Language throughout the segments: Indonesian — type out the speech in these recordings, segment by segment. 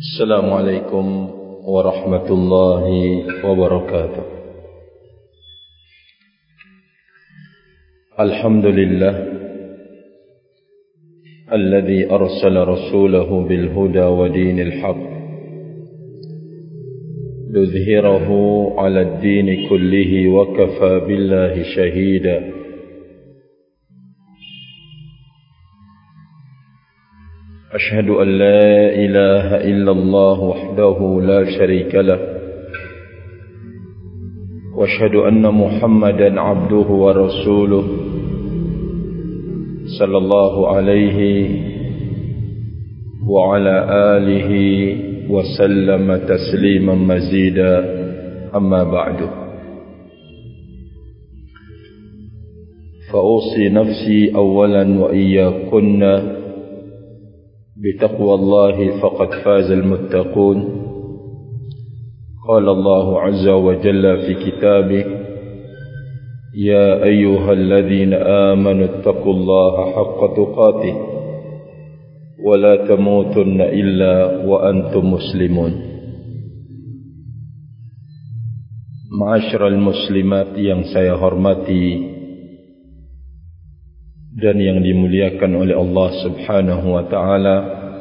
Assalamualaikum warahmatullahi wabarakatuh. Alhamdulillah alladzi arsala rasulahu bil huda wa dinil haq liyudhhirahu 'ala ad-din kullihi wa kafa billahi shahida. أشهد أن لا إله إلا الله وحده لا شريك له وأشهد أن محمدا عبده ورسوله صلى الله عليه وعلى آله وسلم تسليما مزيدا أما بعد فأوصي نفسي أولا وإياكن بتقوى الله فقد فاز المتقون. قال الله عز وجل في كتابه يا أيها الذين آمنوا اتقوا الله حق تقاته ولا تموتن إلا وأنتم مسلمون. Ma'asyiral muslimat yang saya hormati dan yang dimuliakan oleh Allah Subhanahu wa taala.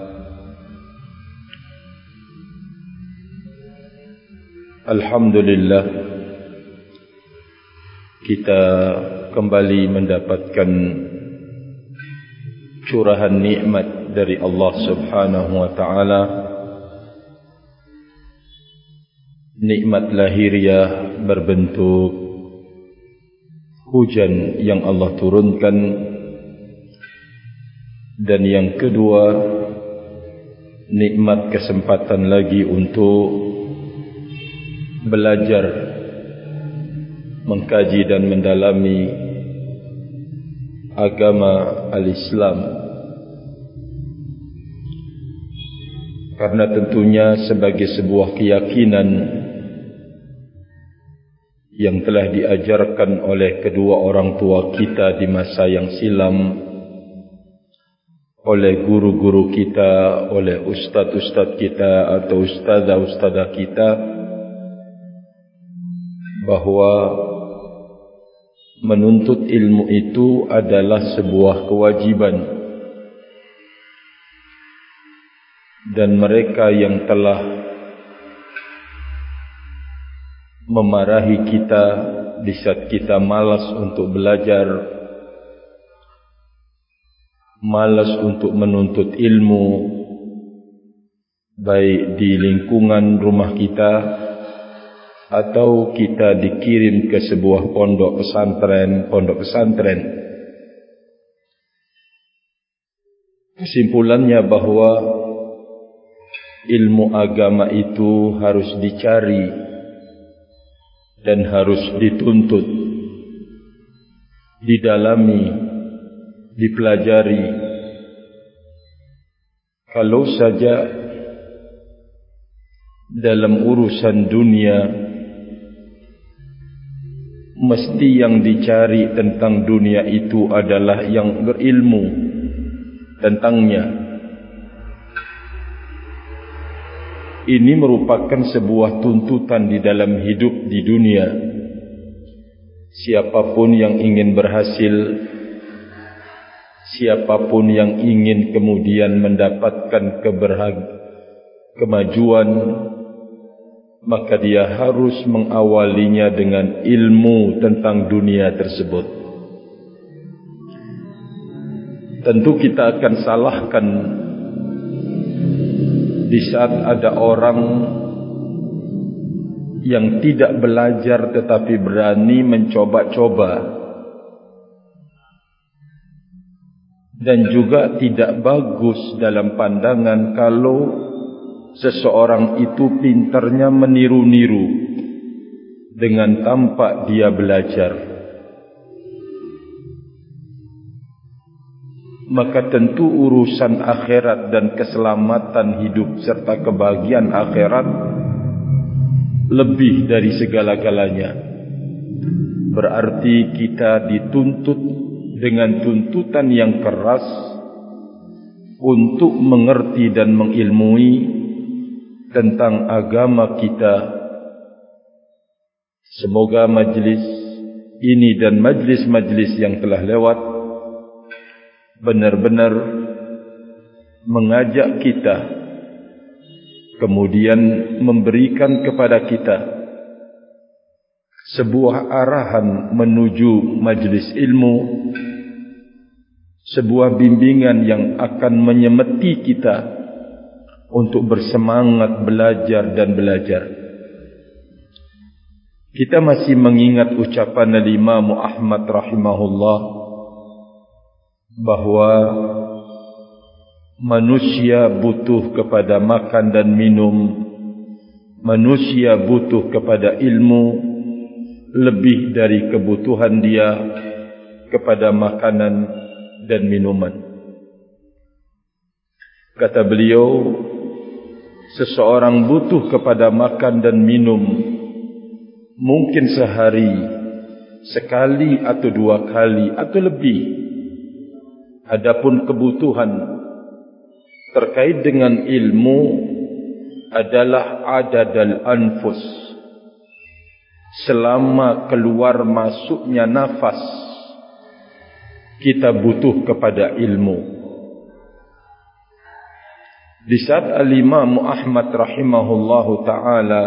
Alhamdulillah kita kembali mendapatkan curahan nikmat dari Allah Subhanahu wa taala. Nikmat lahiriah berbentuk hujan yang Allah turunkan. Dan yang kedua, nikmat kesempatan lagi untuk belajar, mengkaji dan mendalami agama al-Islam. Karena tentunya sebagai sebuah keyakinan yang telah diajarkan oleh kedua orang tua kita di masa yang silam, oleh guru-guru kita, oleh ustaz-ustaz kita atau ustazah-ustazah kita, bahwa menuntut ilmu itu adalah sebuah kewajiban, dan mereka yang telah memarahi kita di saat kita malas untuk belajar, malas untuk menuntut ilmu, baik di lingkungan rumah kita atau kita dikirim ke sebuah pondok pesantren. Kesimpulannya bahwa ilmu agama itu harus dicari dan harus dituntut, didalami, dipelajari. Kalau saja dalam urusan dunia mesti yang dicari tentang dunia itu adalah yang berilmu tentangnya. Ini merupakan sebuah tuntutan di dalam hidup di dunia. Siapapun yang ingin berhasil, siapapun yang ingin kemudian mendapatkan kemajuan, maka dia harus mengawalinya dengan ilmu tentang dunia tersebut. Tentu kita akan salahkan di saat ada orang yang tidak belajar tetapi berani mencoba-coba, dan juga tidak bagus dalam pandangan kalau seseorang itu pintarnya meniru-niru dengan tampak dia belajar. Maka tentu urusan akhirat dan keselamatan hidup serta kebahagiaan akhirat lebih dari segala-galanya. Berarti kita dituntut dengan tuntutan yang keras untuk mengerti dan mengilmui tentang agama kita. Semoga majlis ini dan majlis-majlis yang telah lewat benar-benar mengajak kita, kemudian memberikan kepada kita sebuah arahan menuju majlis ilmu, sebuah bimbingan yang akan menyemeti kita untuk bersemangat belajar dan belajar. Kita masih mengingat ucapan Imam Ahmad rahimahullah bahwa manusia butuh kepada makan dan minum, manusia butuh kepada ilmu lebih dari kebutuhan dia kepada makanan dan minuman. Kata beliau, seseorang butuh kepada makan dan minum mungkin sehari sekali atau 2 kali atau lebih. Adapun kebutuhan terkait dengan ilmu adalah adadal anfus, selama keluar masuknya nafas kita butuh kepada ilmu. Di saat Al-Imam Ahmad rahimahullahu ta'ala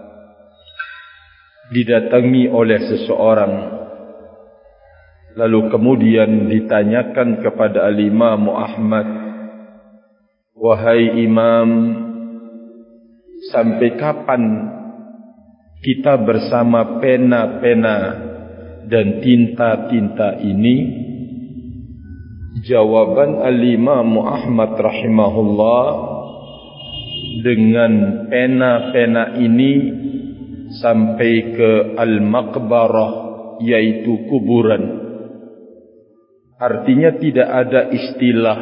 didatangi oleh seseorang, lalu kemudian ditanyakan kepada Al-Imam Ahmad, wahai Imam, sampai kapan kita bersama pena-pena dan tinta-tinta ini? Jawaban Al-Imam Ahmad rahimahullah, dengan pena-pena ini sampai ke al-maqbarah, yaitu kuburan. Artinya tidak ada istilah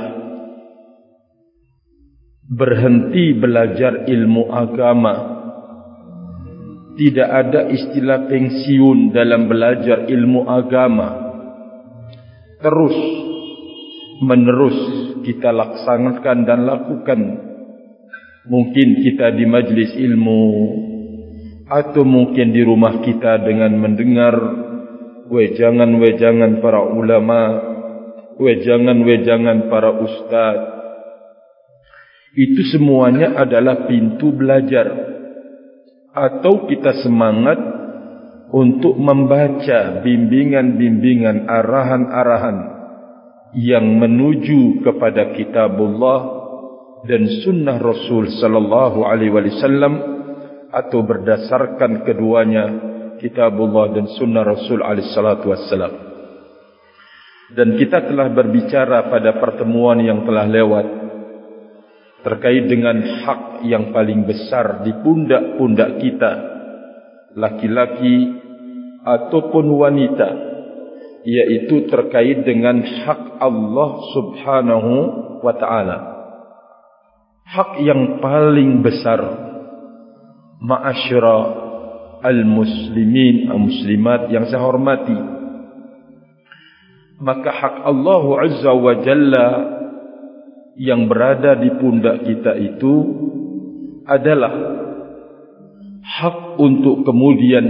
berhenti belajar ilmu agama, tidak ada istilah pensiun dalam belajar ilmu agama. Terus menerus kita laksanakan dan lakukan. Mungkin kita di majlis ilmu, atau mungkin di rumah kita dengan mendengar wejangan-wejangan para ulama, wejangan-wejangan para ustaz. Itu semuanya adalah pintu belajar. Atau kita semangat untuk membaca bimbingan-bimbingan, arahan-arahan yang menuju kepada kitabullah dan sunnah Rasul sallallahu alaihi wasallam, atau berdasarkan keduanya, kitabullah dan sunnah Rasul alaihi salatu wassalam. Dan kita telah berbicara pada pertemuan yang telah lewat terkait dengan hak yang paling besar di pundak-pundak kita, laki-laki ataupun wanita, yaitu terkait dengan hak Allah subhanahu wa ta'ala. Hak yang paling besar, ma'asyara al-muslimin, muslimat yang saya hormati. Maka hak Allah azza wa jalla yang berada di pundak kita itu adalah hak untuk kemudian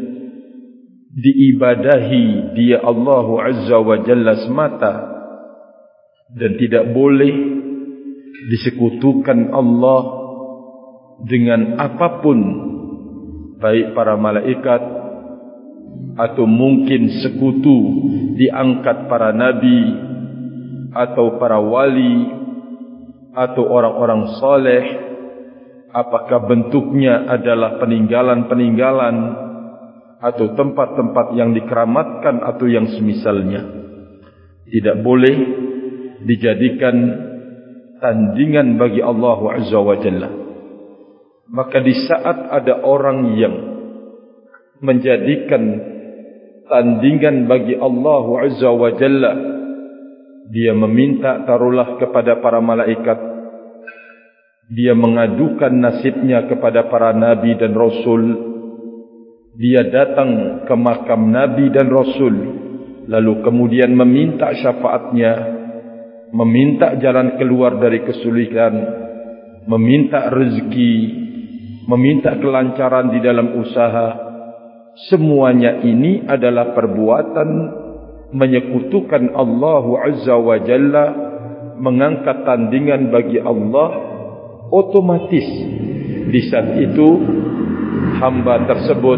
diibadahi dia Allah azza wa jalla semata, dan tidak boleh disekutukan Allah dengan apapun, baik para malaikat atau mungkin sekutu diangkat para nabi atau para wali atau orang-orang saleh, apakah bentuknya adalah peninggalan-peninggalan atau tempat-tempat yang dikeramatkan atau yang semisalnya, tidak boleh dijadikan tandingan bagi Allah azza wa jalla. Maka di saat ada orang yang menjadikan tandingan bagi Allah azza wa jalla, dia meminta taruhlah kepada para malaikat, dia mengadukan nasibnya kepada para nabi dan rasul, dia datang ke makam nabi dan rasul, lalu kemudian meminta syafaatnya, meminta jalan keluar dari kesulitan, meminta rezeki, meminta kelancaran di dalam usaha, semuanya ini adalah perbuatan menyekutukan Allah Azza wa Jalla, mengangkat tandingan bagi Allah. Otomatis di saat itu hamba tersebut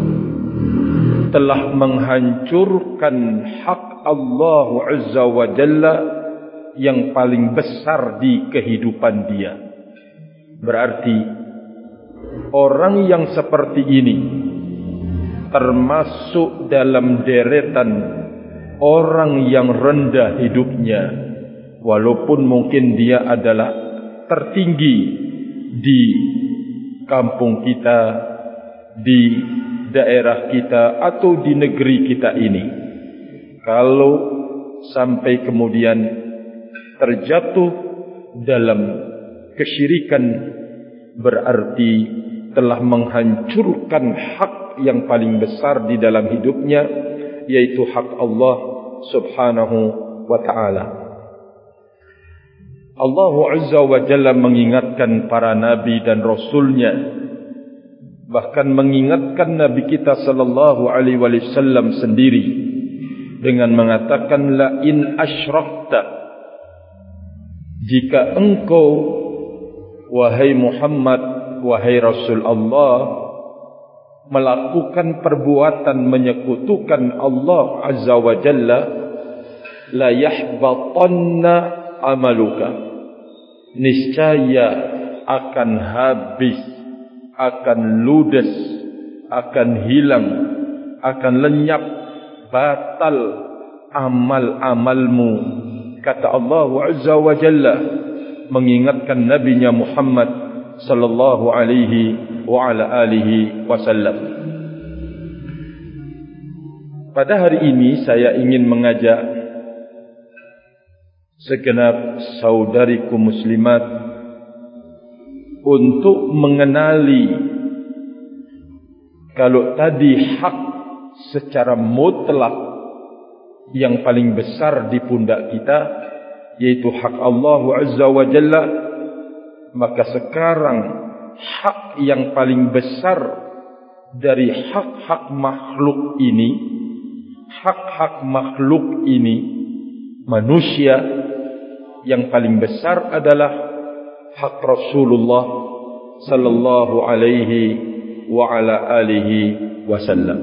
telah menghancurkan hak Allah Azza wa Jalla yang paling besar di kehidupan dia. Berarti orang yang seperti ini termasuk dalam deretan orang yang rendah hidupnya, walaupun mungkin dia adalah tertinggi di kampung kita, di daerah kita, atau di negeri kita ini. Kalau sampai kemudian terjatuh dalam kesyirikan, berarti telah menghancurkan hak yang paling besar di dalam hidupnya, yaitu hak Allah Subhanahu wa ta'ala. Allah Azza wa Jalla mengingatkan para nabi dan rasulnya, bahkan mengingatkan Nabi kita sallallahu alaihi wasallam sendiri dengan mengatakan, la in asyrakta, jika engkau wahai Muhammad, wahai Rasul Allah, melakukan perbuatan menyekutukan Allah Azza wa Jalla, la yahbatanna amaluka, niscaya akan habis, akan ludes, akan hilang, akan lenyap, batal amal-amalmu, kata Allah Azza wa Jalla, mengingatkan nabinya Muhammad sallallahu alaihi wa ala alihi wasallam. Pada hari ini saya ingin mengajak segenap saudariku muslimat untuk mengenali, kalau tadi hak secara mutlak yang paling besar di pundak kita yaitu hak Allah Azza wa Jalla, maka sekarang hak yang paling besar dari hak-hak makhluk ini, hak-hak makhluk ini, manusia, yang paling besar adalah hak Rasulullah sallallahu alaihi wa ala alihi wasallam.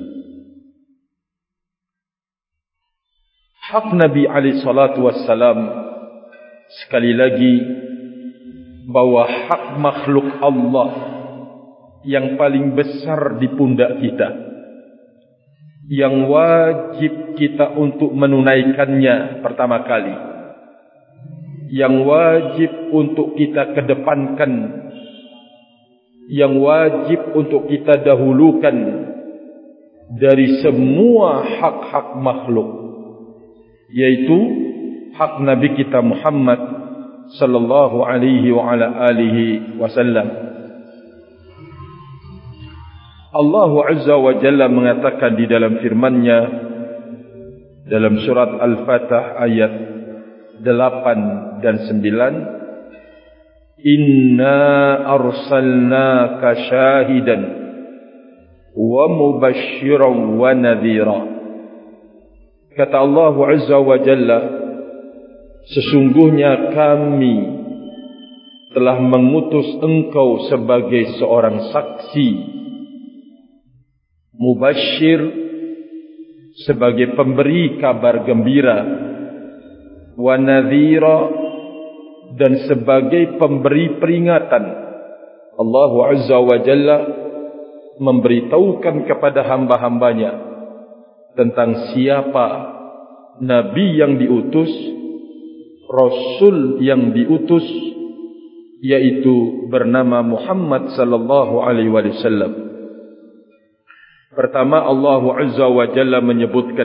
Hak Nabi alaihi salatu wassalam, sekali lagi, bahwa hak makhluk Allah yang paling besar di pundak kita, yang wajib kita untuk menunaikannya pertama kali, yang wajib untuk kita kedepankan, yang wajib untuk kita dahulukan dari semua hak-hak makhluk, yaitu hak Nabi kita Muhammad sallallahu alaihi wa ala alihi wasallam. Allah Azza wa Jalla mengatakan di dalam firman-Nya dalam surat Al-Fatah ayat 8 dan 9, inna arsalnaka syahidan wa mubasysyiran wa nadhira. Kata Allah Azza wa Jalla, sesungguhnya kami telah mengutus engkau sebagai seorang saksi, mubasyir sebagai pemberi kabar gembira, wa nadhira dan sebagai pemberi peringatan. Allah Azza wa Jalla memberitahukan kepada hamba-hambanya tentang siapa Nabi yang diutus, Rasul yang diutus, yaitu bernama Muhammad sallallahu alaihi wasallam. Pertama, Allah Azza wa Jalla menyebutkan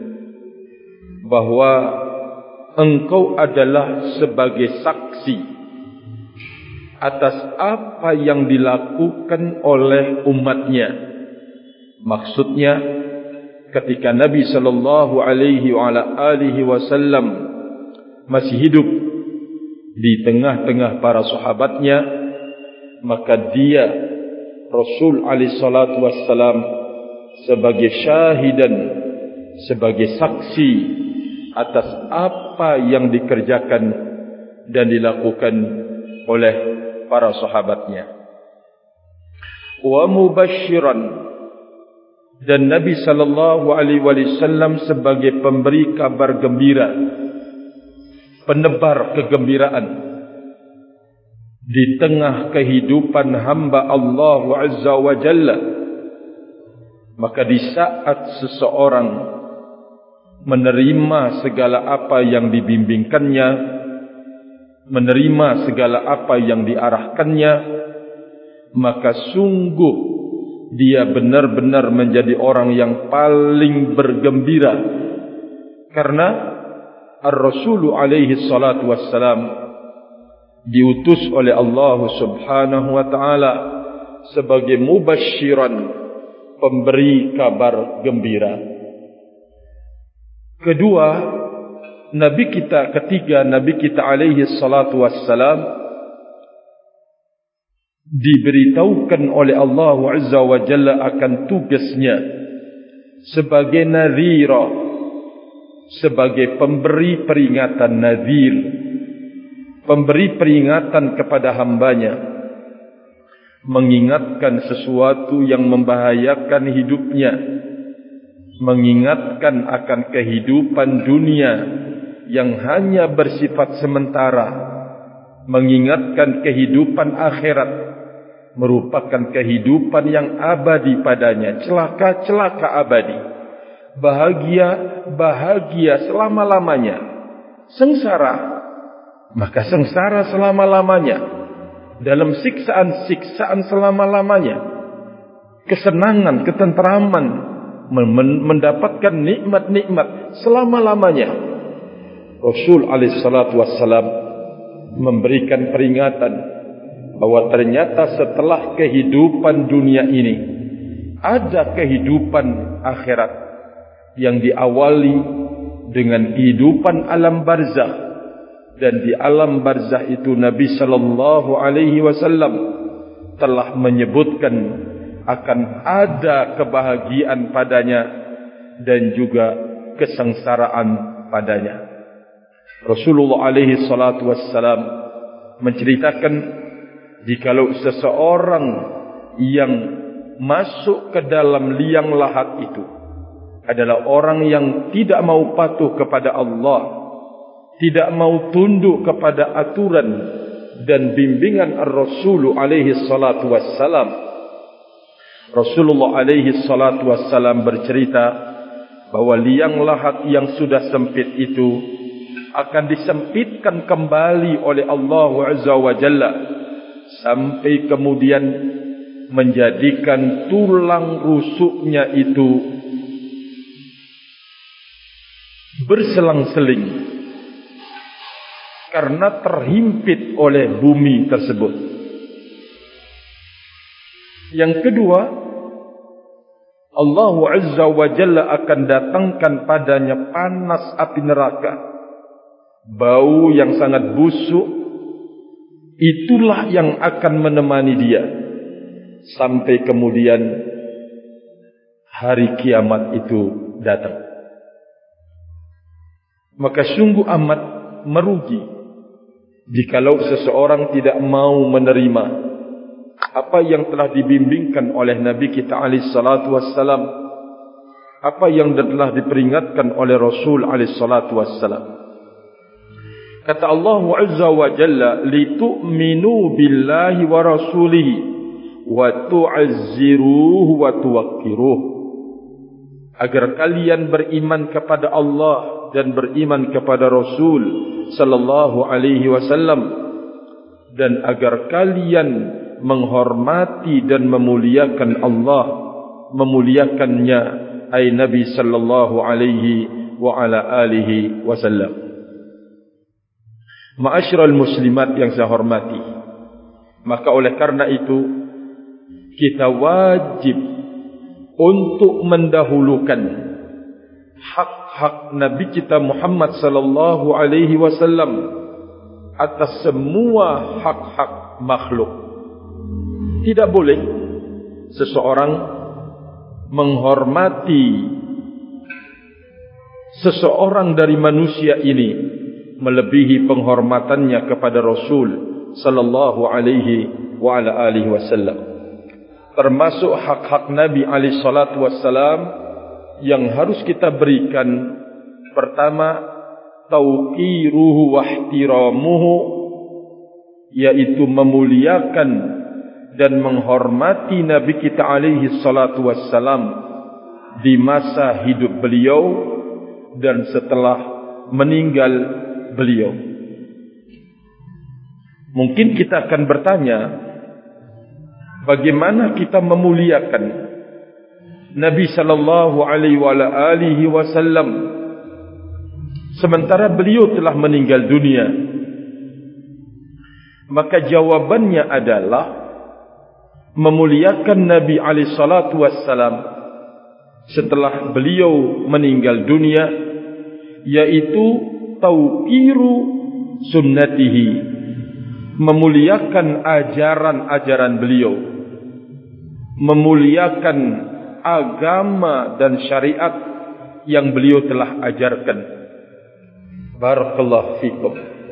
bahwa engkau adalah sebagai saksi atas apa yang dilakukan oleh umatnya. Maksudnya, ketika Nabi sallallahu alaihi wasallam masih hidup di tengah-tengah para sahabatnya, maka dia Rasul alaihi salatu wassalam sebagai syahidan, sebagai saksi atas apa yang dikerjakan dan dilakukan oleh para sahabatnya. Wa mubasysyiran, dan Nabi sallallahu alaihi wasallam sebagai pemberi kabar gembira, penebar kegembiraan di tengah kehidupan hamba Allah Azza wa Jalla. Maka di saat seseorang menerima segala apa yang dibimbingkannya, menerima segala apa yang diarahkannya, maka sungguh dia benar-benar menjadi orang yang paling bergembira. Karena Ar-Rasul alaihi salatu wassalam diutus oleh Allah subhanahu wa ta'ala sebagai mubasyiran, pemberi kabar gembira. Kedua, Nabi kita alaihi salatu wassalam diberitahukan oleh Allah Azza wa Jalla akan tugasnya sebagai nadhira, sebagai pemberi peringatan, nadhir, pemberi peringatan kepada hambanya, mengingatkan sesuatu yang membahayakan hidupnya, mengingatkan akan kehidupan dunia yang hanya bersifat sementara, mengingatkan kehidupan akhirat merupakan kehidupan yang abadi padanya, celaka abadi, bahagia selama-lamanya, sengsara, maka sengsara selama-lamanya, dalam siksaan selama-lamanya, kesenangan, ketenteraman, mendapatkan nikmat-nikmat selama-lamanya. Rasul alaihi salatu wassalam memberikan peringatan bahwa ternyata setelah kehidupan dunia ini ada kehidupan akhirat yang diawali dengan kehidupan alam barzakh. Dan di alam barzakh itu Nabi sallallahu alaihi wasallam telah menyebutkan akan ada kebahagiaan padanya dan juga kesengsaraan padanya. Rasulullah alaihi salatu wassalam menceritakan, jikalau seseorang yang masuk ke dalam liang lahat itu adalah orang yang tidak mau patuh kepada Allah, tidak mau tunduk kepada aturan dan bimbingan Ar-Rasul alaihi salatu wassalam. Rasulullah alaihi salatu wassalam bercerita bahwa liang lahat yang sudah sempit itu akan disempitkan kembali oleh Allah Azza wa Jalla, sampai kemudian menjadikan tulang rusuknya itu berselang-seling karena terhimpit oleh bumi tersebut. Yang kedua, Allah Azza wa Jalla akan datangkan padanya panas api neraka, bau yang sangat busuk. Itulah yang akan menemani dia sampai kemudian hari kiamat itu datang. Maka sungguh amat merugi jikalau seseorang tidak mau menerima apa yang telah dibimbingkan oleh Nabi kita alaihi salatu wassalam, apa yang telah diperingatkan oleh Rasul alaihi salatu wassalam. Kata Allah Azza wa Jalla, litu'minu billahi wa rasulihi wa tu'azziruhu wa tuwaqqiruh, agar kalian beriman kepada Allah dan beriman kepada Rasul sallallahu alaihi wasallam, dan agar kalian menghormati dan memuliakan Allah, memuliakannya ay Nabi sallallahu alaihi wa ala alihi wasallam. Ma'asyiral muslimat yang saya hormati, maka oleh karena itu kita wajib untuk mendahulukan hak-hak Nabi kita Muhammad sallallahu alaihi wasallam atas semua hak-hak makhluk. Tidak boleh seseorang menghormati seseorang dari manusia ini melebihi penghormatannya kepada Rasul sallallahu alaihi wa ala alihi wasallam. Termasuk hak-hak Nabi alaihi salatu wassalam yang harus kita berikan. Pertama, tauqiruhu wa ihtiramuhu, yaitu memuliakan dan menghormati Nabi kita alaihi salatu wassalam di masa hidup beliau dan setelah meninggal beliau. Mungkin kita akan bertanya, bagaimana kita memuliakan Nabi sallallahu alaihi wasallam sementara beliau telah meninggal dunia? Maka jawabannya adalah memuliakan Nabi alaihi salatu wassalam setelah beliau meninggal dunia, yaitu tauqiru sunnatihi, memuliakan ajaran-ajaran beliau, memuliakan agama dan syariat yang beliau telah ajarkan. Barakallahu fikum.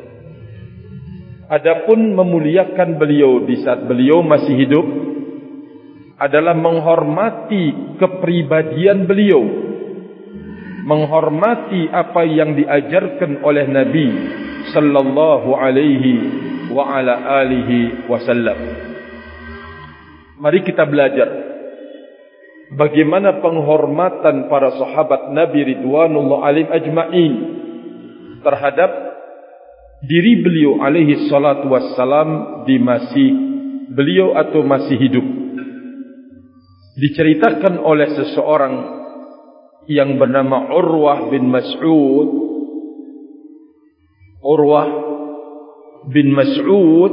Adapun memuliakan beliau di saat beliau masih hidup adalah menghormati kepribadian beliau, menghormati apa yang diajarkan oleh Nabi sallallahu alaihi wa ala alihi wasallam. Mari kita belajar bagaimana penghormatan para sahabat Nabi ridwanullah alaihim ajma'in terhadap diri beliau alaihi salatu wassalam di masih beliau atau masih hidup. Diceritakan oleh seseorang yang bernama Urwah bin Mas'ud. Urwah bin Mas'ud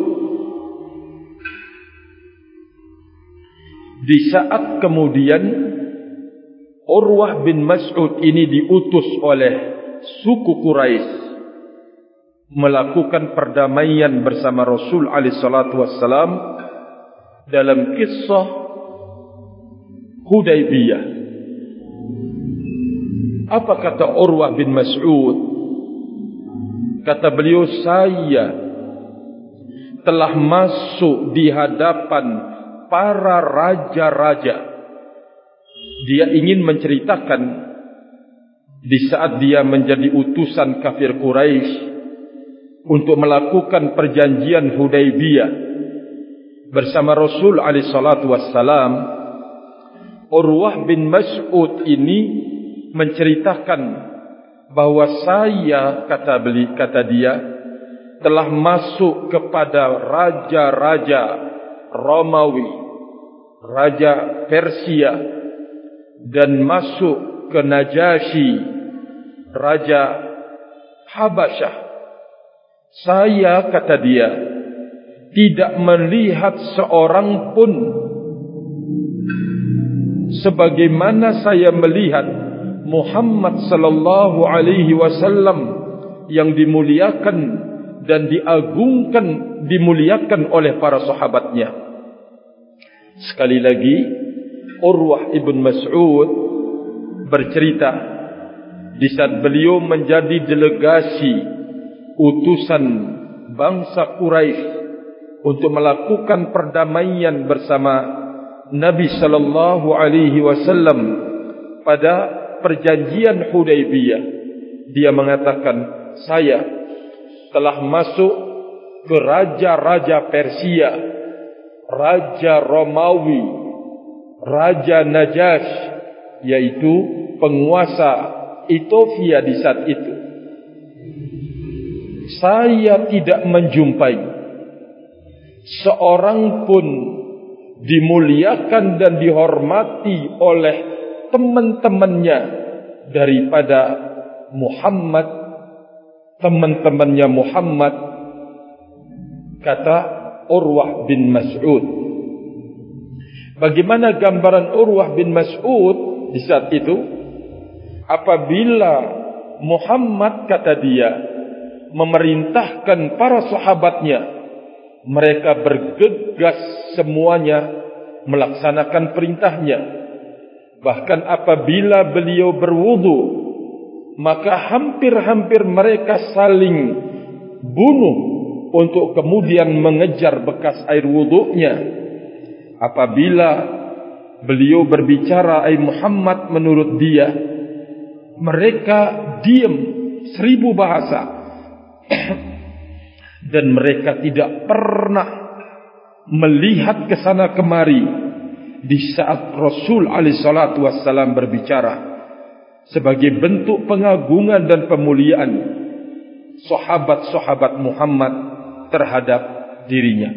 di saat kemudian Urwah bin Mas'ud ini diutus oleh suku Quraisy melakukan perdamaian bersama Rasul alaihi salatu wassalam dalam kisah Hudaybiyah. Apa kata Urwah bin Mas'ud? Kata beliau, saya telah masuk di hadapan para raja-raja. Dia ingin menceritakan di saat dia menjadi utusan kafir Quraisy untuk melakukan perjanjian Hudaybiyah bersama Rasul alaihi salatu wassalam. Urwah bin Mas'ud ini menceritakan bahwa saya, kata dia, telah masuk kepada raja-raja Romawi, raja Persia, dan masuk ke Najasyi, raja Habasyah. Saya, kata dia, tidak melihat seorang pun sebagaimana saya melihat Muhammad sallallahu alaihi wasallam yang dimuliakan dan diagungkan, dimuliakan oleh para sahabatnya. Sekali lagi, Urwah ibn Mas'ud bercerita di saat beliau menjadi delegasi utusan bangsa Quraisy untuk melakukan perdamaian bersama Nabi sallallahu alaihi wasallam pada perjanjian Hudaybiyah. Dia mengatakan, saya telah masuk ke raja-raja Persia, raja Romawi, raja Najasyi, yaitu penguasa Ethiopia di saat itu. Saya tidak menjumpai seorang pun dimuliakan dan dihormati oleh teman-temannya daripada Muhammad, teman-temannya Muhammad, kata Urwah bin Mas'ud. Bagaimana gambaran Urwah bin Mas'ud di saat itu? Apabila Muhammad, kata dia, memerintahkan para sahabatnya, mereka bergegas semuanya melaksanakan perintahnya. Bahkan apabila beliau berwudu, maka hampir-hampir mereka saling bunuh untuk kemudian mengejar bekas air wudunya. Apabila beliau berbicara, "Ai Muhammad," menurut dia, mereka diam 1000 bahasa. Dan mereka tidak pernah melihat ke sana kemari di saat Rasul alaihi salatu wassalam berbicara, sebagai bentuk pengagungan dan pemuliaan sahabat-sahabat Muhammad terhadap dirinya.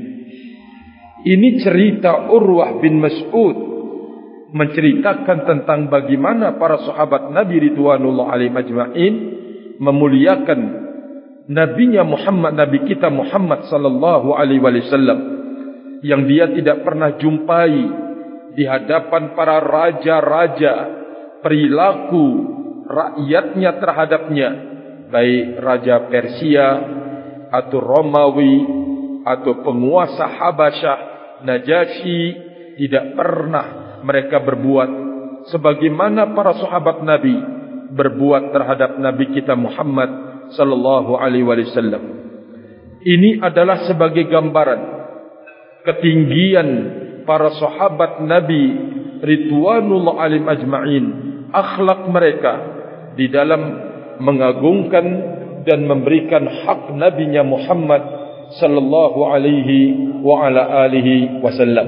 Ini cerita Urwah bin Mas'ud menceritakan tentang bagaimana para sahabat Nabi ridwanullah alaihim ajma'in memuliakan nabinya Muhammad, nabi kita Muhammad sallallahu alaihi wasallam, yang dia tidak pernah jumpai di hadapan para raja-raja, perilaku rakyatnya terhadapnya, baik raja Persia atau Romawi atau penguasa Habasyah, Najasyi, tidak pernah mereka berbuat sebagaimana para sahabat Nabi berbuat terhadap Nabi kita Muhammad sallallahu alaihi wasallam. Ini adalah sebagai gambaran ketinggian para sahabat Nabi ridwanullah alaihim ajma'in, akhlak mereka di dalam mengagungkan dan memberikan hak nabinya Muhammad sallallahu alaihi wa ala alihi wasallam.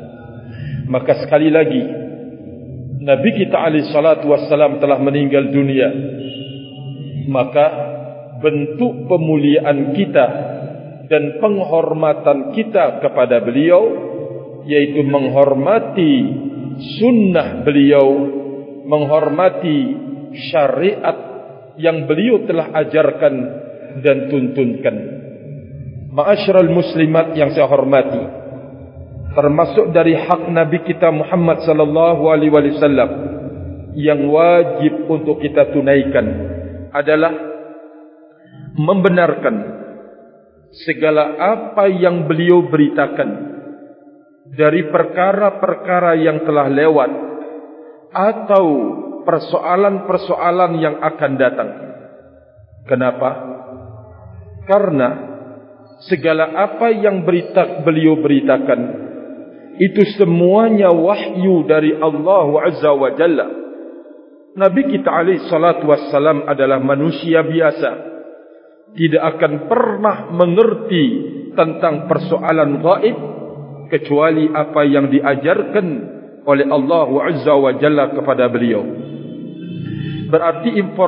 Maka sekali lagi, Nabi kita alaihi salatu wassalam telah meninggal dunia. Maka bentuk pemuliaan kita dan penghormatan kita kepada beliau, yaitu menghormati sunnah beliau, menghormati syariat yang beliau telah ajarkan dan tuntunkan. Ma'asyiral muslimat yang saya hormati, termasuk dari hak Nabi kita Muhammad sallallahu alaihi wasallam yang wajib untuk kita tunaikan adalah membenarkan segala apa yang beliau beritakan dari perkara-perkara yang telah lewat atau persoalan-persoalan yang akan datang. Kenapa? Karena segala apa yang beliau beritakan itu semuanya wahyu dari Allah Azza wa Jalla. Nabi kita alaihi salatu wassalam adalah manusia biasa, tidak akan pernah mengerti tentang persoalan gaib kecuali apa yang diajarkan oleh Allah Azza wa Jalla kepada beliau. Berarti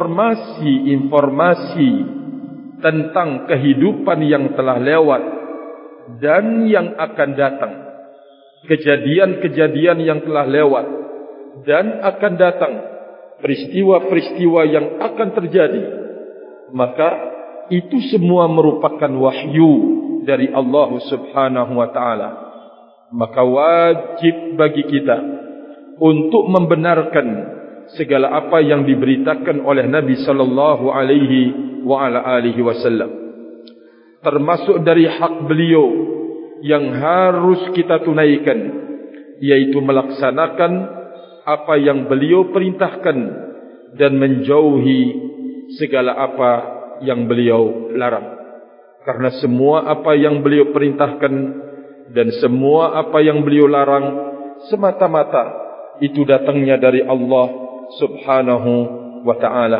informasi tentang kehidupan yang telah lewat dan yang akan datang, kejadian-kejadian yang telah lewat dan akan datang, peristiwa-peristiwa yang akan terjadi, maka itu semua merupakan wahyu dari Allah Subhanahu wa ta'ala. Maka wajib bagi kita untuk membenarkan segala apa yang diberitakan oleh Nabi sallallahu alaihi wa ala alihi wasallam. Termasuk dari hak beliau yang harus kita tunaikan, yaitu melaksanakan apa yang beliau perintahkan dan menjauhi segala apa yang beliau larang. Karena semua apa yang beliau perintahkan dan semua apa yang beliau larang semata-mata itu datangnya dari Allah Subhanahu wa ta'ala.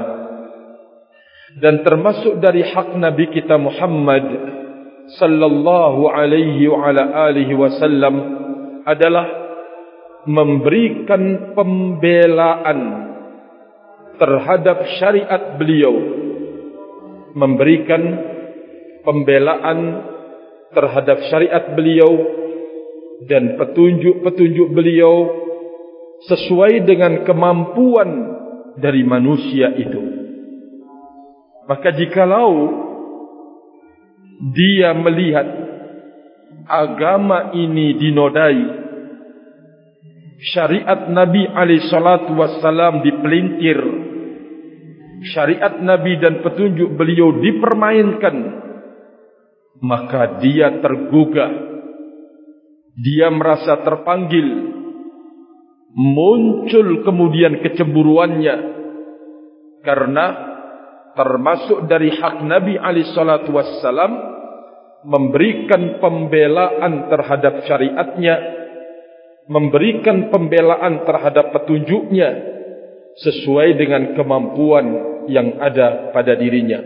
Dan termasuk dari hak Nabi kita Muhammad sallallahu alaihi wa ala alihi wasallam adalah memberikan pembelaan terhadap syariat beliau, memberikan pembelaan terhadap syariat beliau dan petunjuk-petunjuk beliau sesuai dengan kemampuan dari manusia itu. Maka jikalau dia melihat agama ini dinodai, syariat Nabi alaihi salatu wassalam dipelintir, syariat Nabi dan petunjuk beliau dipermainkan, maka dia tergugah, dia merasa terpanggil, muncul kemudian kecemburuannya, karena termasuk dari hak Nabi SAW memberikan pembelaan terhadap syariatnya, memberikan pembelaan terhadap petunjuknya sesuai dengan kemampuan yang ada pada dirinya.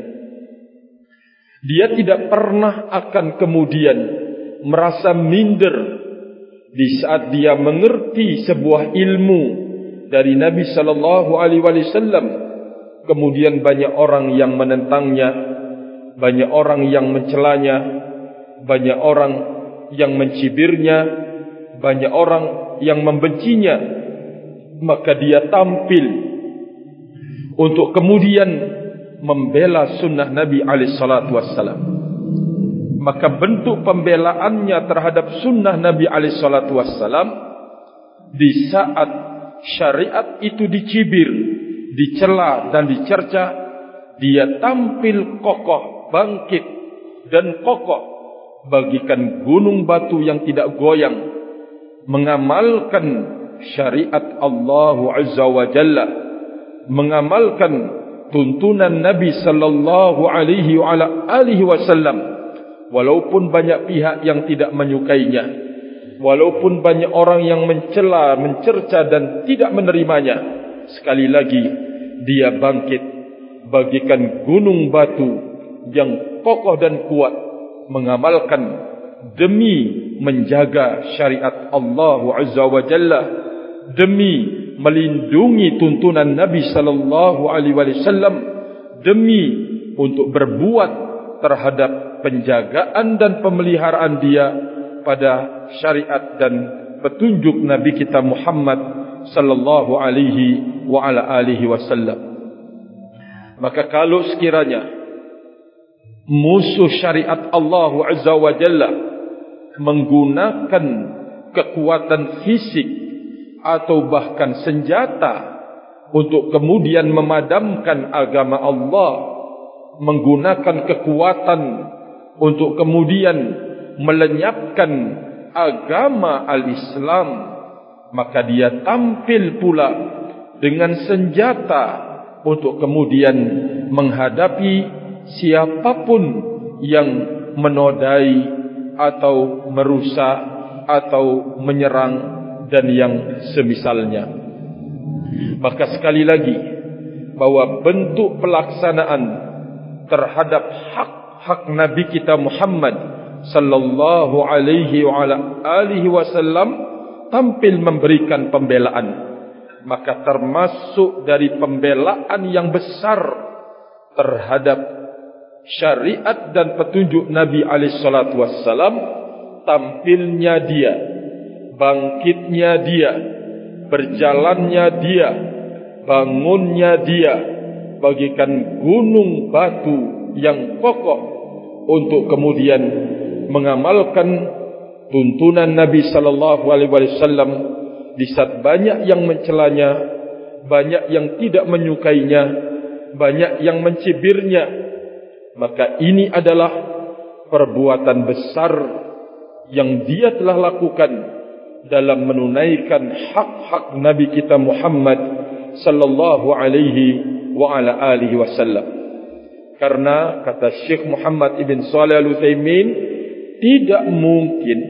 Dia tidak pernah akan kemudian merasa minder di saat dia mengerti sebuah ilmu dari Nabi SAW. Kemudian banyak orang yang menentangnya, banyak orang yang mencelanya, banyak orang yang mencibirnya, banyak orang yang membencinya. Maka dia tampil untuk kemudian membela sunnah Nabi SAW. Maka bentuk pembelaannya terhadap sunnah Nabi SAW, di saat syariat itu dicibir, dicela dan dicerca, dia tampil kokoh, bangkit dan kokoh, bagikan gunung batu yang tidak goyang, mengamalkan syariat Allah Azza wa Jalla, mengamalkan tuntunan Nabi sallallahu alaihi wasallam, walaupun banyak pihak yang tidak menyukainya, walaupun banyak orang yang mencela, mencerca dan tidak menerimanya, sekali lagi dia bangkit bagikan gunung batu yang kokoh dan kuat, mengamalkan demi menjaga syariat Allah Azza wa Jalla, demi melindungi tuntunan Nabi sallallahu alaihi wasallam, demi untuk berbuat terhadap penjagaan dan pemeliharaan dia pada syariat dan petunjuk Nabi kita Muhammad sallallahu alaihi wa ala alihi wasallam. Maka kalau sekiranya musuh syariat Allah Azza wa Jalla menggunakan kekuatan fisik atau bahkan senjata untuk kemudian memadamkan agama Allah, menggunakan kekuatan untuk kemudian melenyapkan agama al-Islam, maka dia tampil pula dengan senjata untuk kemudian menghadapi siapapun yang menodai atau merusak atau menyerang dan yang semisalnya. Maka sekali lagi, bahwa bentuk pelaksanaan terhadap hak-hak Nabi kita Muhammad sallallahu alaihi wa alihi wasallam tampil memberikan pembelaan. Maka termasuk dari pembelaan yang besar terhadap syariat dan petunjuk Nabi alaihi salatu wassalam, tampilnya dia, bangkitnya dia, berjalannya dia, bangunnya dia, bagikan gunung batu yang kokoh untuk kemudian mengamalkan tuntunan Nabi sallallahu alaihi wasallam di saat banyak yang mencelanya, banyak yang tidak menyukainya, banyak yang mencibirnya. Maka ini adalah perbuatan besar yang dia telah lakukan dalam menunaikan hak-hak Nabi kita Muhammad sallallahu alaihi wa ala alihi wasallam. Karena kata Syekh Muhammad ibn Shalih Al-Utsaimin, tidak mungkin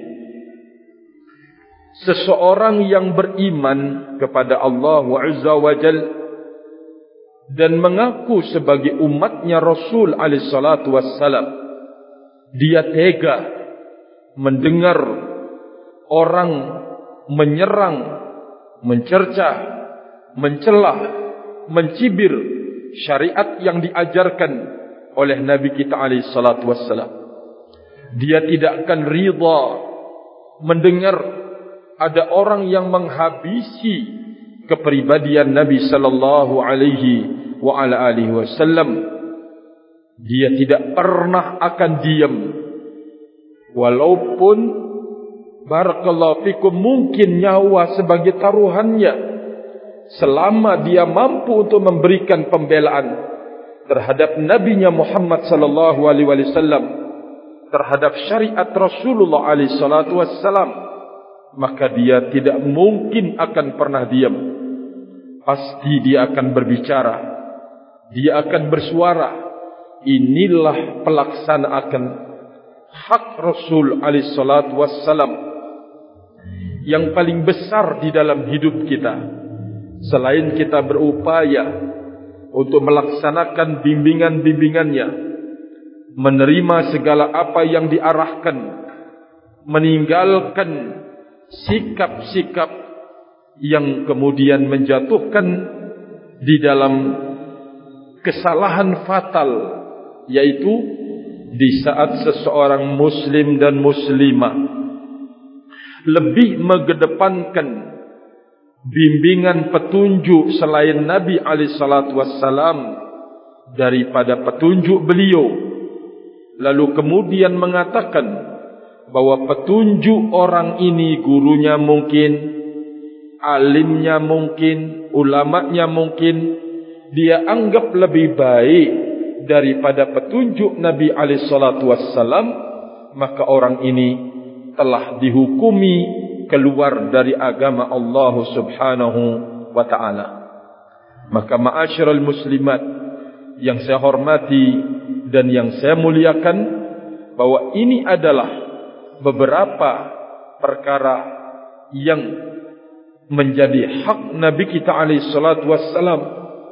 seseorang yang beriman kepada Allah Azza wa Jalla dan mengaku sebagai umatnya Rasul alaihi salatu wassalam, dia tega mendengar orang menyerang, mencerca, mencela, mencibir syariat yang diajarkan oleh Nabi kita alaihi salatu wassalam. Dia tidak akan ridha mendengar ada orang yang menghabisi kepribadian Nabi sallallahu alaihi wa ala alihi wasallam. Dia tidak pernah akan diam, walaupun barakallahu fikum mungkin nyawa sebagai taruhannya, selama dia mampu untuk memberikan pembelaan terhadap nabinya Muhammad sallallahu alaihi wasallam, terhadap syariat Rasulullah alaihi salatu wassalam, maka dia tidak mungkin akan pernah diam. Pasti dia akan berbicara, dia akan bersuara. Inilah pelaksanaan hak Rasul alaihi salatu wassalam yang paling besar di dalam hidup kita. Selain kita berupaya untuk melaksanakan bimbingan-bimbingannya, menerima segala apa yang diarahkan, meninggalkan sikap-sikap yang kemudian menjatuhkan di dalam kesalahan fatal, yaitu di saat seseorang muslim dan muslimah lebih mengedepankan bimbingan petunjuk selain Nabi alaihi salatu wassalam daripada petunjuk beliau, lalu kemudian mengatakan bahwa petunjuk orang ini, gurunya mungkin, alimnya mungkin, ulamanya mungkin, dia anggap lebih baik daripada petunjuk Nabi alaihi salatu wassalam, maka orang ini telah dihukumi keluar dari agama Allah Subhanahu wa ta'ala. Maka ma'asyiral muslimat yang saya hormati dan yang saya muliakan, bahwa ini adalah beberapa perkara yang menjadi hak Nabi kita alaihi salatu wassalam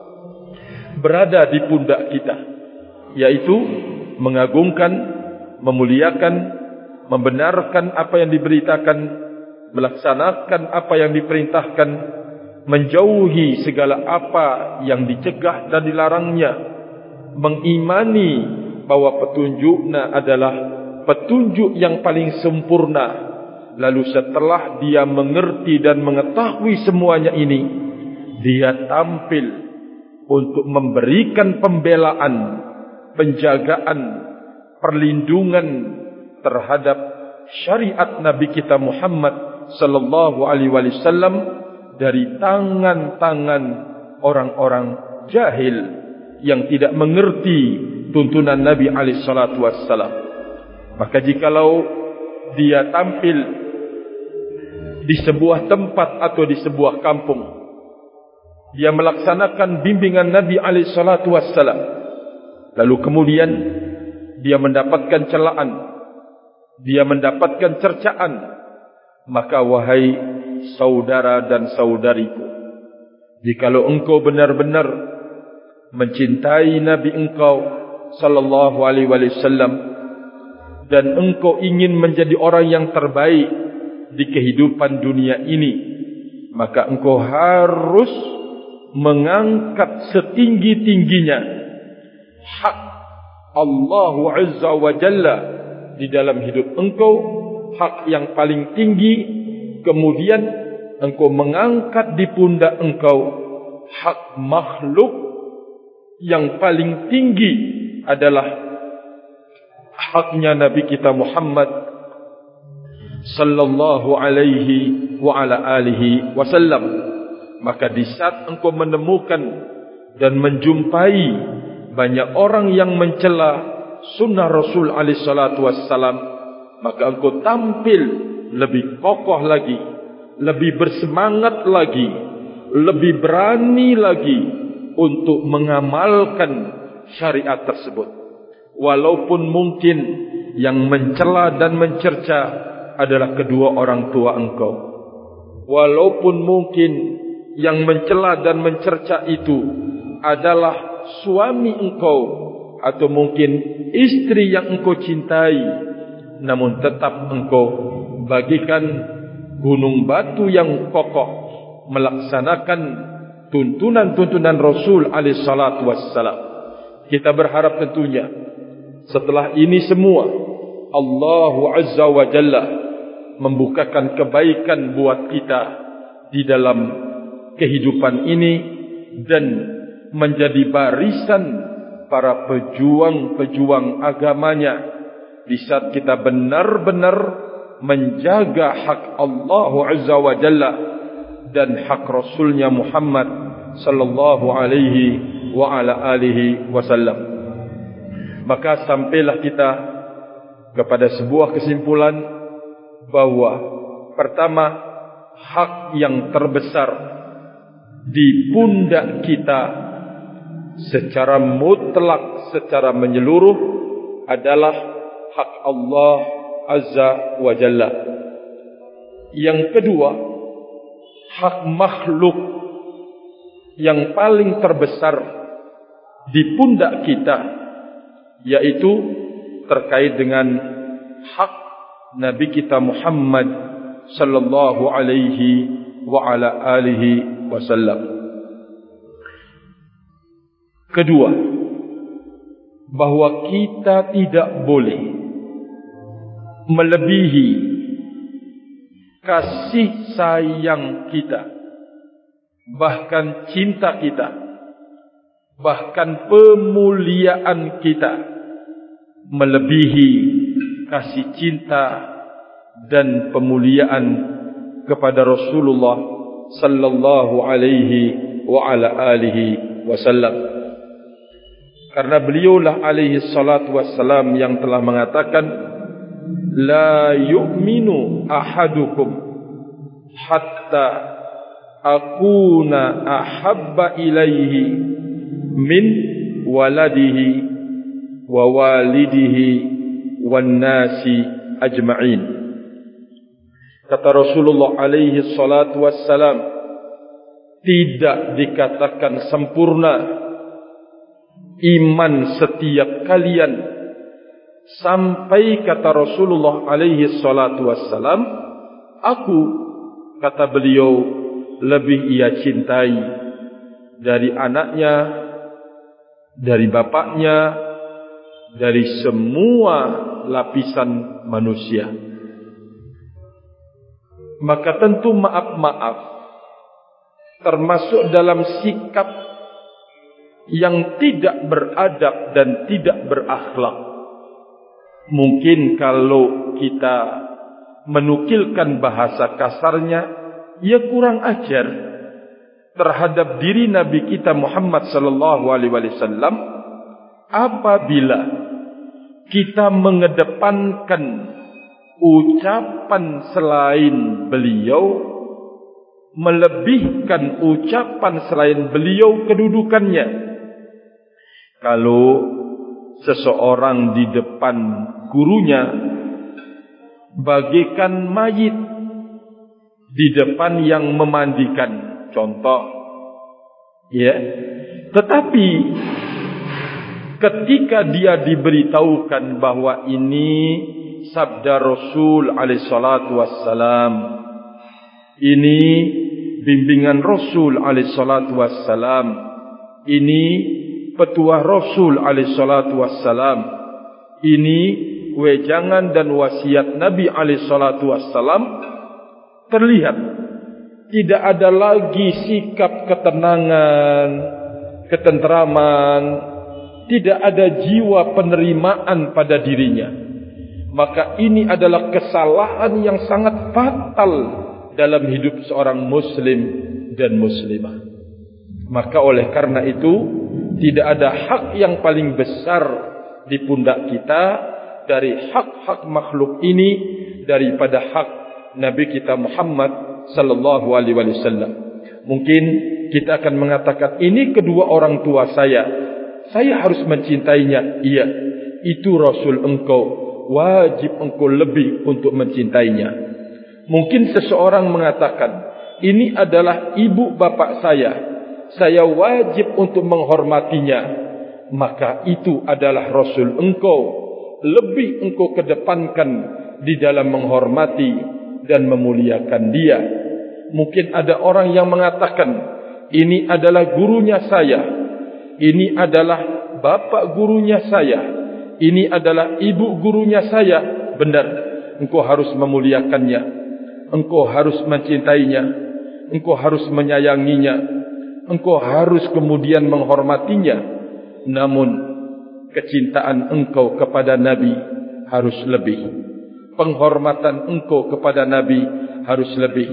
berada di pundak kita, yaitu mengagungkan, memuliakan, membenarkan apa yang diberitakan, melaksanakan apa yang diperintahkan, menjauhi segala apa yang dicegah dan dilarangnya, mengimani bahwa petunjuknya adalah petunjuk yang paling sempurna. Lalu setelah dia mengerti dan mengetahui semuanya ini, dia tampil untuk memberikan pembelaan, penjagaan, perlindungan terhadap syariat Nabi kita Muhammad sallallahu alaihi wasallam dari tangan-tangan orang-orang jahil yang tidak mengerti tuntunan Nabi alaihi salatu wassalam. Maka jikalau dia tampil di sebuah tempat atau di sebuah kampung, dia melaksanakan bimbingan Nabi alaihi salatu wassalam, lalu kemudian dia mendapatkan celaan, dia mendapatkan cercaan, maka wahai saudara dan saudariku, jikalau engkau benar-benar mencintai Nabi engkau sallallahu alaihi wasallam dan engkau ingin menjadi orang yang terbaik di kehidupan dunia ini, maka engkau harus mengangkat setinggi-tingginya hak Allah Azza wa Jalla di dalam hidup engkau, hak yang paling tinggi. Kemudian engkau mengangkat di pundak engkau hak makhluk yang paling tinggi adalah haknya Nabi kita Muhammad sallallahu alaihi wa ala alihi wasallam. Maka di saat engkau menemukan dan menjumpai banyak orang yang mencela sunnah Rasul alaihi salatu wassalam, maka engkau tampil lebih kokoh lagi, lebih bersemangat lagi, lebih berani lagi untuk mengamalkan syariat tersebut. Walaupun mungkin yang mencela dan mencerca adalah kedua orang tua engkau, walaupun mungkin yang mencela dan mencerca itu adalah suami engkau atau mungkin istri yang engkau cintai, namun tetap engkau bagikan gunung batu yang kokoh melaksanakan tuntunan-tuntunan Rasul alaihi salatu wassalam. Kita berharap tentunya setelah ini semua Allah Azza wa Jalla membukakan kebaikan buat kita di dalam kehidupan ini dan menjadi barisan para pejuang-pejuang agamanya di saat kita benar-benar menjaga hak Allah Azza wa Jalla dan hak Rasulnya Muhammad sallallahu alaihi wa ala alihi wasallam. Maka sampailah kita kepada sebuah kesimpulan bahwa Pertama, hak yang terbesar di pundak kita secara mutlak, secara menyeluruh adalah hak Allah Azza wa Jalla. Yang kedua, hak makhluk yang paling terbesar di pundak kita, yaitu terkait dengan hak Nabi kita Muhammad sallallahu alaihi wa ala alihi wasallam. Kedua, bahwa kita tidak boleh melebihi kasih sayang kita, bahkan cinta kita, bahkan pemuliaan kita, melebihi kasih cinta dan pemuliaan kepada Rasulullah sallallahu alaihi wa ala alihi wasallam. Karena beliaulah alaihi salatu wassalam yang telah mengatakan, la yu'minu ahadukum hatta akuna ahabba ilaihi min waladihi wa walidihi wan nasi ajma'in. Kata Rasulullah alaihi salatu wassalam, tidak dikatakan sempurna iman setiap kalian sampai, kata Rasulullah alaihi salatu wassalam, aku, kata beliau, lebih ia cintai dari anaknya, dari bapaknya, dari semua lapisan manusia. Maka tentu maaf-maaf, termasuk dalam sikap yang tidak beradab dan tidak berakhlak. Mungkin kalau kita menukilkan bahasa kasarnya, ia kurang ajar terhadap diri Nabi kita Muhammad sallallahu alaihi wasallam apabila kita mengedepankan ucapan selain beliau, melebihkan ucapan selain beliau kedudukannya. Kalau seseorang di depan gurunya bagaikan mayit di depan yang memandikan, contoh, ya. Tetapi ketika dia diberitahukan bahwa ini sabda Rasul alaihi salatu wassalam, ini bimbingan Rasul alaihi salatu wassalam, ini petuah Rasul alaihi salatu wassalam, ini wejangan dan wasiat Nabi alaihi salatu wassalam, terlihat tidak ada lagi sikap ketenangan, ketenteraman, tidak ada jiwa penerimaan pada dirinya. Maka ini adalah kesalahan yang sangat fatal dalam hidup seorang muslim dan muslimah. Maka oleh karena itu, tidak ada hak yang paling besar di pundak kita dari hak-hak makhluk ini daripada hak Nabi kita Muhammad sallallahu alaihi wasallam. Mungkin kita akan mengatakan, ini kedua orang tua saya harus mencintainya. Iya, itu Rasul engkau, wajib engkau lebih untuk mencintainya. Mungkin seseorang mengatakan, ini adalah ibu bapak saya wajib untuk menghormatinya. Maka itu adalah Rasul engkau, lebih engkau kedepankan di dalam menghormati dan memuliakan dia. Mungkin ada orang yang mengatakan, ini adalah gurunya saya, ini adalah bapak gurunya saya, ini adalah ibu gurunya saya. Benar, engkau harus memuliakannya, engkau harus mencintainya, engkau harus menyayanginya, engkau harus kemudian menghormatinya. Namun kecintaan engkau kepada Nabi harus lebih, penghormatan engkau kepada Nabi harus lebih,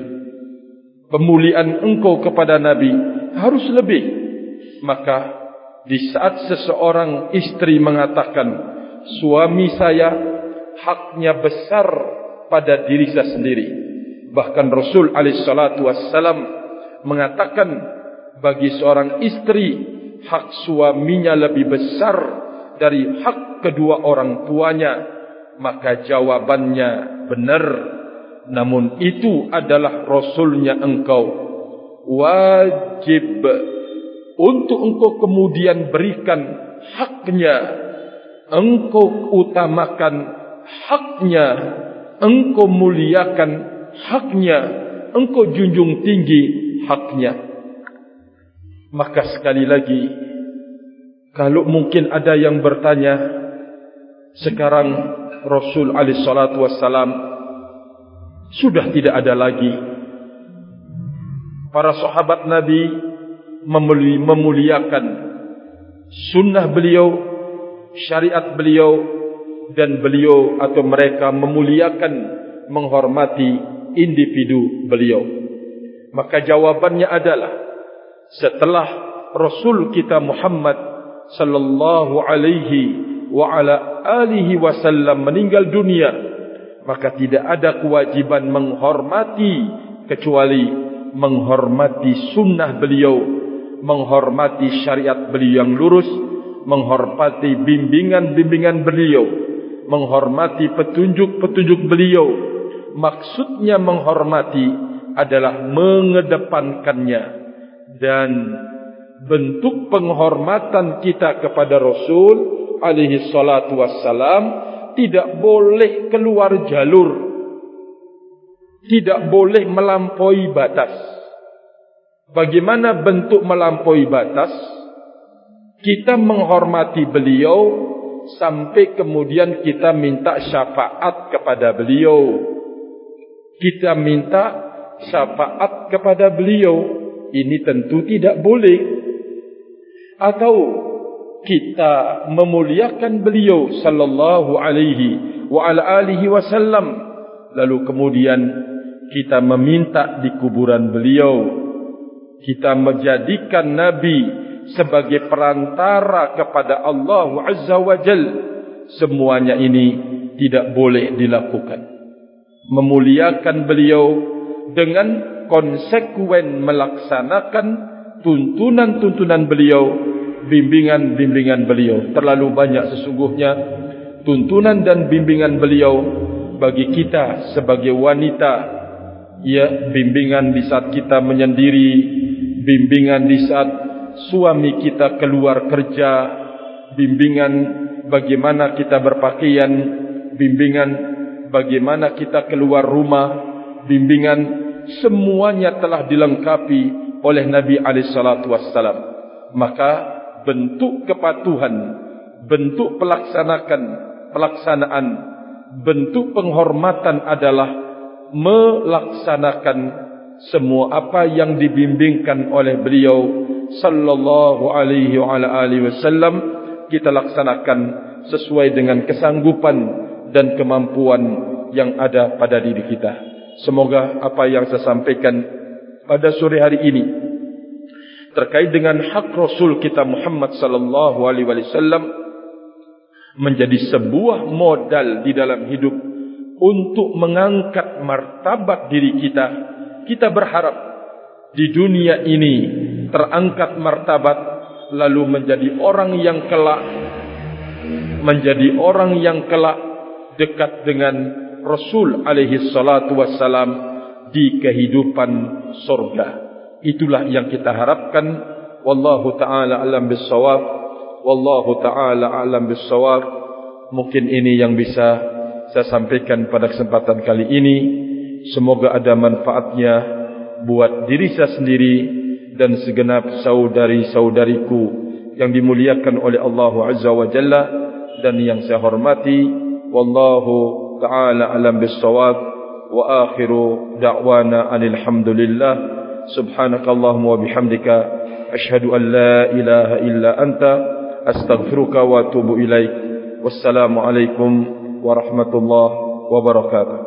pemuliaan engkau kepada Nabi harus lebih. Maka di saat seseorang istri mengatakan, suami saya haknya besar pada diri saya sendiri, Bahkan Rasul alaihissalatu wassalam mengatakan bagi seorang istri hak suaminya lebih besar dari hak kedua orang tuanya, maka jawabannya benar. Namun itu adalah Rasulnya engkau. Wajib untuk engkau kemudian berikan haknya, engkau utamakan haknya, engkau muliakan haknya, engkau junjung tinggi haknya. Maka sekali lagi, kalau mungkin ada yang bertanya, sekarang Rasul alaihissalatu wassalam sudah tidak ada lagi. Para sahabat Nabi memuliakan sunnah beliau, syariat beliau, dan beliau atau mereka memuliakan, menghormati individu beliau. Maka jawabannya adalah, setelah Rasul kita Muhammad sallallahu alaihi wa ala alihi wasallam meninggal dunia, maka tidak ada kewajiban menghormati kecuali menghormati sunnah beliau, menghormati syariat beliau yang lurus, menghormati bimbingan-bimbingan beliau, menghormati petunjuk-petunjuk beliau. Maksudnya menghormati adalah mengedepankannya. Dan bentuk penghormatan kita kepada Rasul alaihi salatu wassalam tidak boleh keluar jalur, tidak boleh melampaui batas. Bagaimana bentuk melampaui batas? Kita menghormati beliau sampai kemudian kita minta syafaat kepada beliau. Kita minta syafaat kepada beliau. Ini tentu tidak boleh. Atau kita memuliakan beliau sallallahu alaihi wa ala alihi wasallam, lalu kemudian kita meminta di kuburan beliau. Kita menjadikan Nabi sebagai perantara kepada Allah Azza wa Jal. Semuanya ini tidak boleh dilakukan. Memuliakan beliau dengan konsekuen melaksanakan tuntunan-tuntunan beliau, bimbingan-bimbingan beliau. Terlalu banyak sesungguhnya tuntunan dan bimbingan beliau bagi kita sebagai wanita. Ya, bimbingan di saat kita menyendiri, bimbingan di saat suami kita keluar kerja, bimbingan bagaimana kita berpakaian, bimbingan bagaimana kita keluar rumah, bimbingan semuanya telah dilengkapi oleh Nabi alaihissalatu wassalam. Maka bentuk kepatuhan, bentuk pelaksanaan, bentuk penghormatan adalah melaksanakan semua apa yang dibimbingkan oleh beliau sallallahu alaihi wa ala alihi wasallam. Kita laksanakan sesuai dengan kesanggupan dan kemampuan yang ada pada diri kita. Semoga apa yang saya sampaikan pada sore hari ini terkait dengan hak Rasul kita Muhammad sallallahu alaihi wasallam menjadi sebuah modal di dalam hidup untuk mengangkat martabat diri kita. Kita berharap di dunia ini terangkat martabat, lalu menjadi orang yang kelak, menjadi orang yang kelak dekat dengan Rasul alaihi salatu wassalam di kehidupan surga. Itulah yang kita harapkan. Wallahu ta'ala alam bissawab. Wallahu ta'ala alam bissawab. Mungkin ini yang bisa saya sampaikan pada kesempatan kali ini. Semoga ada manfaatnya buat diri saya sendiri dan segenap saudari-saudariku yang dimuliakan oleh Allah Azza wa Jalla dan yang saya hormati. Wallahu ta'ala alam bissawab. Wa akhiru da'wana anil hamdulillah. Subhanakallahumma wa bihamdika asyhadu an la ilaha illa anta astaghfiruka wa atubu ilaik. Wassalamu alaikum warahmatullahi wabarakatuh.